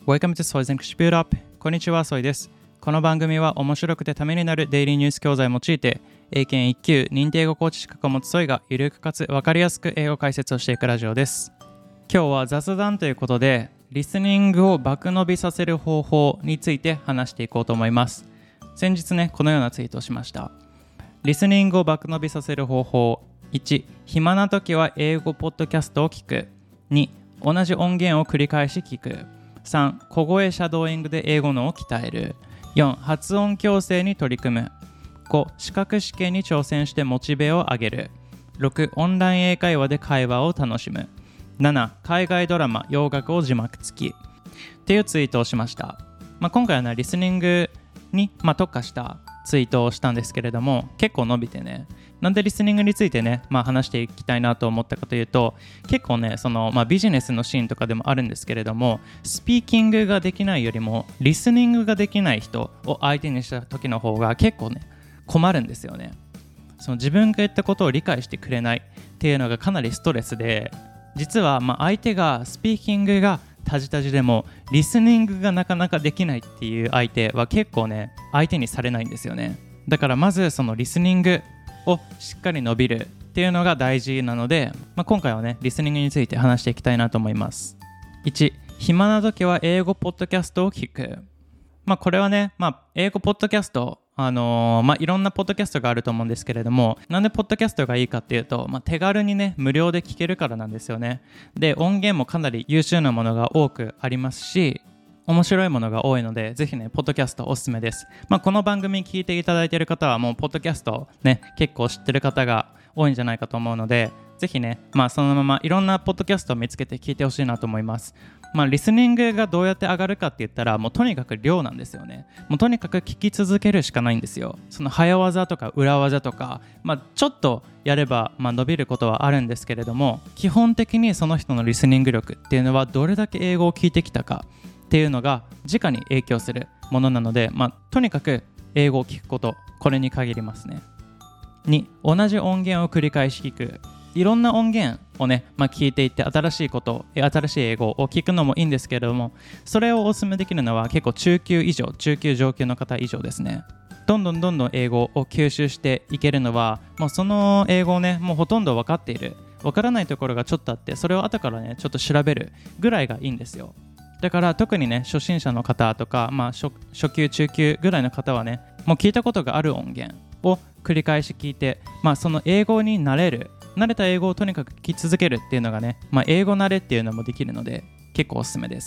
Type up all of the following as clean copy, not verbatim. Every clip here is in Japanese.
Welcome to Soy's English Build Up。こんにちは、ソイです。この番組は面白くてためになるデイリーニュース教材を用いて、英検1級認定英語コーチ資格を持つソイがゆるくかつ分かりやすく英語解説をしていくラジオです。今日は雑談ということで、リスニングを爆伸びさせる方法について話していこうと思います。先日ね、このようなツイートをしました。リスニングを爆伸びさせる方法。1、暇な時は英語ポッドキャストを聞く。2、同じ音源を繰り返し聞く。3、小声シャドーイングで英語のを鍛える。4、発音矯正に取り組む。5、資格試験に挑戦してモチベを上げる。6、オンライン英会話で会話を楽しむ。7、海外ドラマ、洋楽を字幕付きっていうツイートをしました。今回はね、リスニングに、特化したツイートをしたんですけれども、結構伸びてね、なんでリスニングについてね、話していきたいなと思ったかというと、結構ね、ビジネスのシーンとかでもあるんですけれども、スピーキングができないよりもリスニングができない人を相手にした時の方が結構ね、困るんですよね。自分が言ったことを理解してくれないっていうのがかなりストレスで、実は相手がスピーキングがタジタジでもリスニングがなかなかできないっていう相手は結構ね、相手にされないんですよね。だからまずそのリスニングをしっかり伸びるっていうのが大事なので、今回はね、リスニングについて話していきたいなと思います。1、暇な時は英語ポッドキャストを聞く。これはね、英語ポッドキャストいろんなポッドキャストがあると思うんですけれども、なんでポッドキャストがいいかっていうと、手軽にね、無料で聞けるからなんですよね。で、音源もかなり優秀なものが多くありますし、面白いものが多いので、ぜひね、ポッドキャストおすすめです。この番組聞いていただいている方はもうポッドキャストね、結構知ってる方が多いんじゃないかと思うので、ぜひね、そのままいろんなポッドキャストを見つけて聞いてほしいなと思います。リスニングがどうやって上がるかって言ったら、もうとにかく量なんですよね。もうとにかく聞き続けるしかないんですよ。その早技とか裏技とか、ちょっとやれば伸びることはあるんですけれども、基本的にその人のリスニング力っていうのはどれだけ英語を聞いてきたかっていうのが直に影響するものなので、とにかく英語を聞くこと、これに限りますね。2、同じ音源を繰り返し聞く。いろんな音源をね、聞いていって新しいこと新しい英語を聞くのもいいんですけれども、それをお勧めできるのは結構中級上級の方以上ですね。どんどん英語を吸収していけるのは、もうその英語をね、もうほとんど分かっている、分からないところがちょっとあって、それを後からねちょっと調べるぐらいがいいんですよ。だから特にね、初心者の方とか、初級中級ぐらいの方はね、もう聞いたことがある音源を繰り返し聞いて、その英語に慣れた英語をとにかく聞き続けるっていうのがね、英語慣れっていうのもできるので結構おすすめです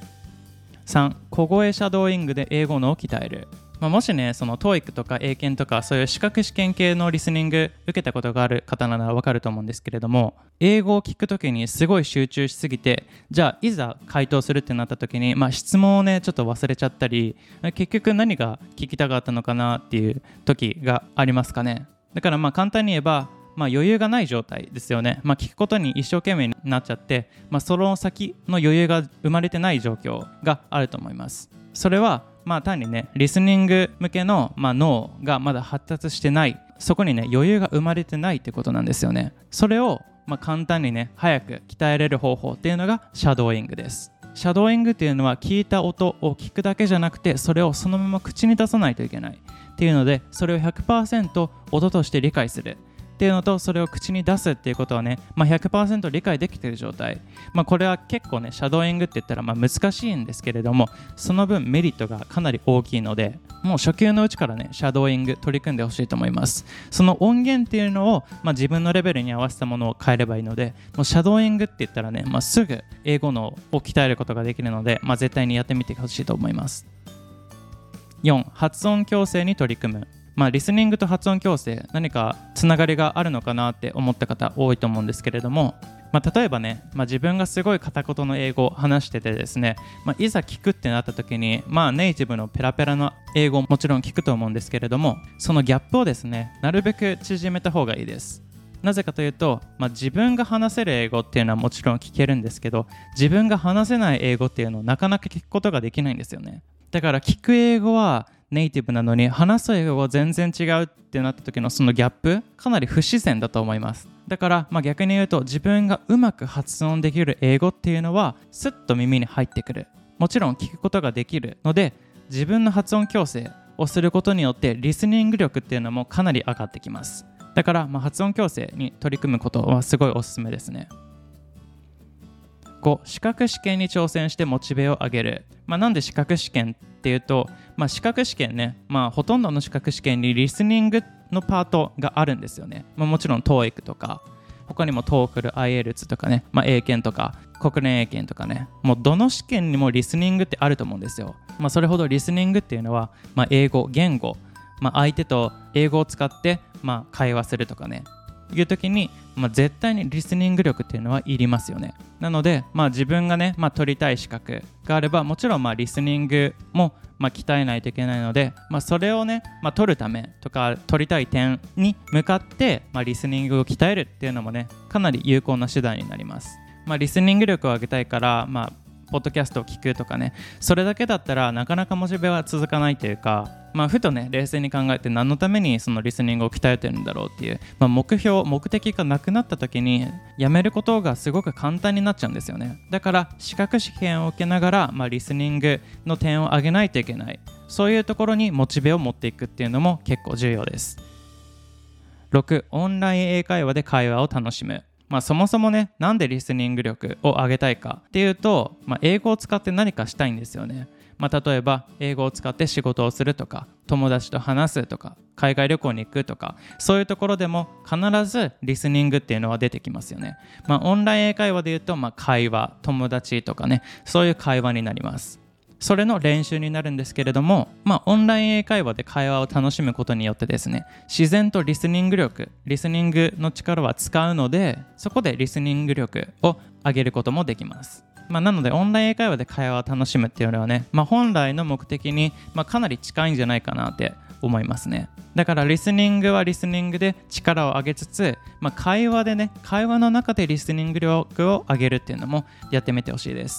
。3、小声シャドーイングで英語のを鍛える。もしね、その TOEIC とか英検とかそういう資格試験系のリスニング受けたことがある方ならわかると思うんですけれども、英語を聞くときにすごい集中しすぎて、じゃあいざ回答するってなったときに、質問をねちょっと忘れちゃったり、結局何が聞きたかったのかなっていう時がありますかね。だから簡単に言えば、余裕がない状態ですよね。聞くことに一生懸命になっちゃって、その先の余裕が生まれてない状況があると思います。それは単にね、リスニング向けの、脳がまだ発達してない、そこにね余裕が生まれてないってことなんですよね。それを簡単にね早く鍛えれる方法っていうのがシャドーイングです。シャドーイングっていうのは聞いた音を聞くだけじゃなくて、それをそのまま口に出さないといけないっていうので、それを 100% 音として理解するっていうのと、それを口に出すっていうことはね、100% 理解できている状態、これは結構ね、シャドーイングって言ったら難しいんですけれども、その分メリットがかなり大きいので、もう初級のうちからねシャドーイング取り組んでほしいと思います。その音源っていうのを、自分のレベルに合わせたものを変えればいいので、もうシャドーイングって言ったらね、すぐ英語のを鍛えることができるので、絶対にやってみてほしいと思います。4、発音矯正に取り組む。リスニングと発音矯正、何かつながりがあるのかなって思った方多いと思うんですけれども、例えばね、自分がすごい片言の英語を話しててですね、いざ聞くってなった時に、ネイティブのペラペラの英語ももちろん聞くと思うんですけれども、そのギャップをですね、なるべく縮めた方がいいです。なぜかというと、自分が話せる英語っていうのはもちろん聞けるんですけど、自分が話せない英語っていうのをなかなか聞くことができないんですよね。だから聞く英語はネイティブなのに話す英語は全然違うってなった時のそのギャップ、かなり不自然だと思います。だから逆に言うと、自分がうまく発音できる英語っていうのはスッと耳に入ってくるっもちろん聞くことができるので、自分の発音矯正をすることによってリスニング力っていうのもかなり上がってきます。だから、発音矯正に取り組むことはすごいおすすめですね。5、資格試験に挑戦してモチベを上げる。なんで資格試験っていうと、資格試験ね、ほとんどの資格試験にリスニングのパートがあるんですよね。もちろん TOEIC とか、他にも TOEFL、IELTS とかね、英検とか国連英検とかね、もうどの試験にもリスニングってあると思うんですよ。それほどリスニングっていうのは、英語、言語、相手と英語を使って、会話するとかね、いう時に、絶対にリスニング力っていうのはいりますよね。なので、自分がね、取りたい資格があれば、もちろんリスニングも鍛えないといけないので、それをね、取るためとか取りたい点に向かって、リスニングを鍛えるっていうのもね、かなり有効な手段になります。リスニング力を上げたいから、ポッドキャストを聞くとかね、それだけだったらなかなかモチベは続かないというか、ふとね、冷静に考えて何のためにそのリスニングを鍛えてるんだろうっていう、目的がなくなった時にやめることがすごく簡単になっちゃうんですよね。だから資格試験を受けながら、リスニングの点を上げないといけない、そういうところにモチベを持っていくっていうのも結構重要です。6、オンライン英会話で会話を楽しむ。そもそもね、なんでリスニング力を上げたいかっていうと、英語を使って何かしたいんですよね。例えば英語を使って仕事をするとか、友達と話すとか、海外旅行に行くとか、そういうところでも必ずリスニングっていうのは出てきますよね。オンライン英会話で言うと、会話、友達とかね、そういう会話になります。それの練習になるんですけれども、オンライン英会話で会話を楽しむことによってですね、自然とリスニングの力は使うので、そこでリスニング力を上げることもできます。なのでオンライン英会話で会話を楽しむっていうのはね、本来の目的に、かなり近いんじゃないかなって思いますね。だからリスニングはリスニングで力を上げつつ、会話の中でリスニング力を上げるっていうのもやってみてほしいです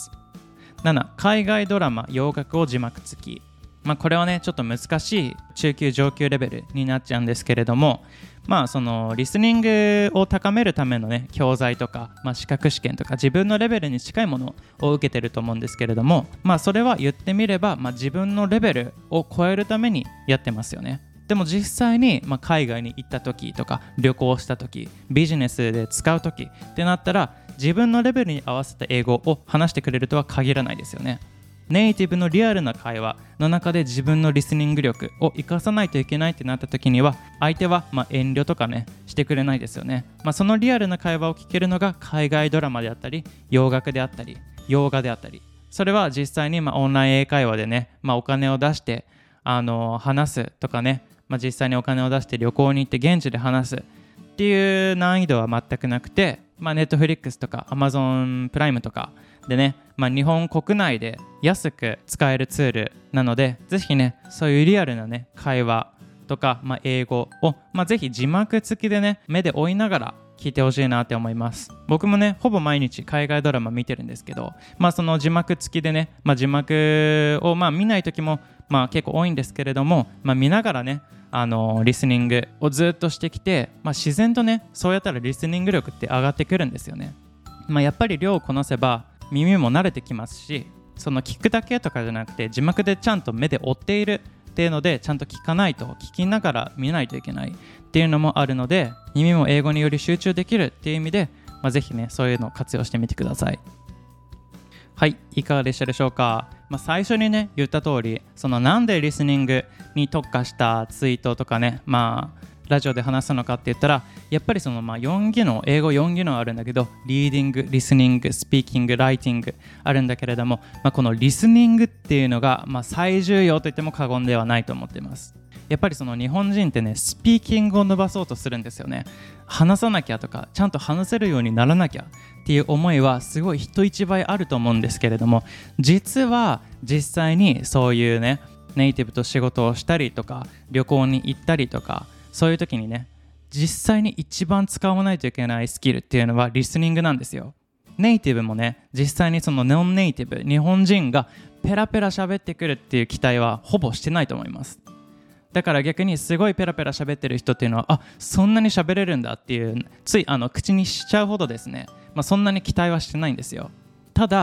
。7、海外ドラマ、洋楽を字幕付き。これはね、ちょっと難しい中級上級レベルになっちゃうんですけれども、そのリスニングを高めるためのね、教材とか、資格試験とか自分のレベルに近いものを受けてると思うんですけれども、それは言ってみれば、自分のレベルを超えるためにやってますよね。でも実際に、海外に行った時とか旅行した時、ビジネスで使う時ってなったら、自分のレベルに合わせた英語を話してくれるとは限らないですよね。ネイティブのリアルな会話の中で自分のリスニング力を活かさないといけないってなった時には、相手は遠慮とかねしてくれないですよね。そのリアルな会話を聞けるのが海外ドラマであったり、洋楽であったり、洋画であったり、それは実際にオンライン英会話でね、お金を出して話すとかね、実際にお金を出して旅行に行って現地で話すっていう難易度は全くなくて、Netflix とか Amazon プライムとかでね、日本国内で安く使えるツールなので、ぜひね、そういうリアルなね会話とか、英語を、ぜひ字幕付きでね、目で追いながら聞いてほしいなって思います。僕もね、ほぼ毎日海外ドラマ見てるんですけど、その字幕付きでね、字幕を見ない時も結構多いんですけれども、見ながらね、リスニングをずっとしてきて、自然とね、そうやったらリスニング力って上がってくるんですよね。やっぱり量をこなせば耳も慣れてきますし、その聞くだけとかじゃなくて字幕でちゃんと目で追っているっていうので、ちゃんと聞かないと、聞きながら見ないといけないっていうのもあるので、耳も英語により集中できるっていう意味で、ぜひね、そういうのを活用してみてください。はい、いかがでしたでしょうか。最初にね言った通り、そのなんでリスニングに特化したツイートとかね、ラジオで話すのかって言ったら、やっぱりその4技能、英語4技能あるんだけど、リーディング、リスニング、スピーキング、ライティングあるんだけれども、このリスニングっていうのが、最重要と言っても過言ではないと思っています。やっぱりその日本人ってね、スピーキングを伸ばそうとするんですよね。話さなきゃとか、ちゃんと話せるようにならなきゃっていう思いはすごい人一倍あると思うんですけれども、実際にそういうね、ネイティブと仕事をしたりとか、旅行に行ったりとか、そういう時にね、実際に一番使わないといけないスキルっていうのはリスニングなんですよ。ネイティブもね、実際にそのノンネイティブ、日本人がペラペラ喋ってくるっていう期待はほぼしてないと思います。だから逆にすごいペラペラ喋ってる人っていうのは、そんなに喋れるんだっていう、つい口にしちゃうほどですね、そんなに期待はしてないんですよ。ただ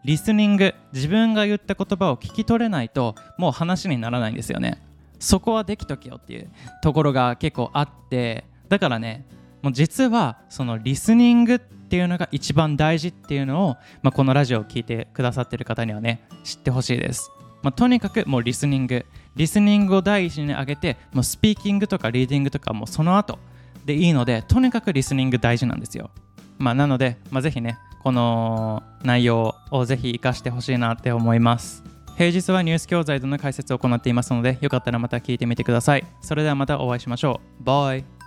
リスニング、自分が言った言葉を聞き取れないともう話にならないんですよね。そこはできとけよっていうところが結構あって、だからね、もう実はそのリスニングっていうのが一番大事っていうのを、このラジオを聞いてくださってる方にはね、知ってほしいです。とにかくもうリスニングを第一に上げて、もうスピーキングとかリーディングとかもうその後でいいので、とにかくリスニング大事なんですよ。なので、ぜひね、この内容をぜひ活かしてほしいなって思います。平日はニュース教材での解説を行っていますので、よかったらまた聞いてみてください。それではまたお会いしましょう。バイ。